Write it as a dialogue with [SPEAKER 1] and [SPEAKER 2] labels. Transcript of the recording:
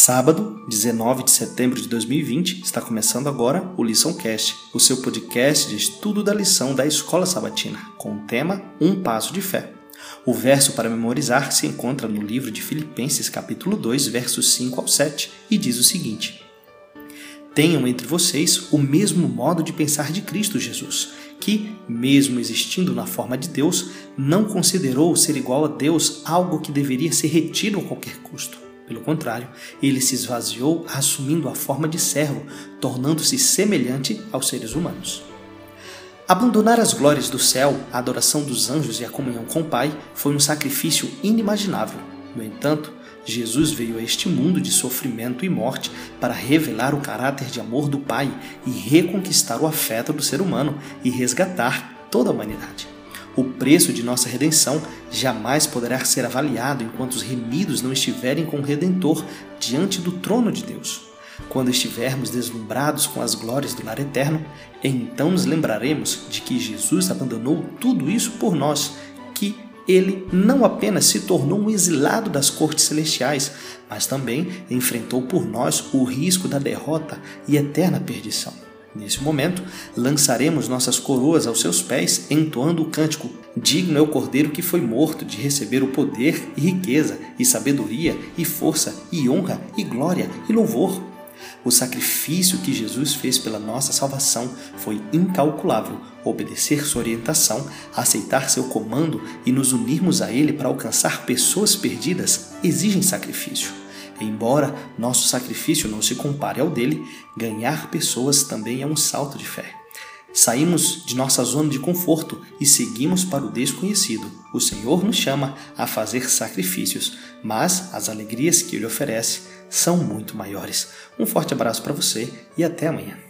[SPEAKER 1] Sábado, 19 de setembro de 2020, está começando agora o LiçãoCast, o seu podcast de estudo da lição da Escola Sabatina, com o tema Um Passo de Fé. O verso para memorizar se encontra no livro de Filipenses, capítulo 2, versos 5 ao 7, e diz o seguinte: Tenham entre vocês o mesmo modo de pensar de Cristo Jesus, que, mesmo existindo na forma de Deus, não considerou ser igual a Deus algo que deveria ser retido a qualquer custo. Pelo contrário, ele se esvaziou assumindo a forma de servo, tornando-se semelhante aos seres humanos. Abandonar as glórias do céu, a adoração dos anjos e a comunhão com o Pai foi um sacrifício inimaginável. No entanto, Jesus veio a este mundo de sofrimento e morte para revelar o caráter de amor do Pai e reconquistar o afeto do ser humano e resgatar toda a humanidade. O preço de nossa redenção jamais poderá ser avaliado enquanto os remidos não estiverem com o Redentor diante do trono de Deus. Quando estivermos deslumbrados com as glórias do lar eterno, então nos lembraremos de que Jesus abandonou tudo isso por nós, que ele não apenas se tornou um exilado das cortes celestiais, mas também enfrentou por nós o risco da derrota e eterna perdição. Nesse momento, lançaremos nossas coroas aos seus pés, entoando o cântico: Digno é o Cordeiro que foi morto de receber o poder e riqueza, e sabedoria, e força, e honra, e glória, e louvor. O sacrifício que Jesus fez pela nossa salvação foi incalculável. Obedecer sua orientação, aceitar seu comando e nos unirmos a ele para alcançar pessoas perdidas exigem sacrifício. Embora nosso sacrifício não se compare ao dele, ganhar pessoas também é um salto de fé. Saímos de nossa zona de conforto e seguimos para o desconhecido. O Senhor nos chama a fazer sacrifícios, mas as alegrias que Ele oferece são muito maiores. Um forte abraço para você e até amanhã.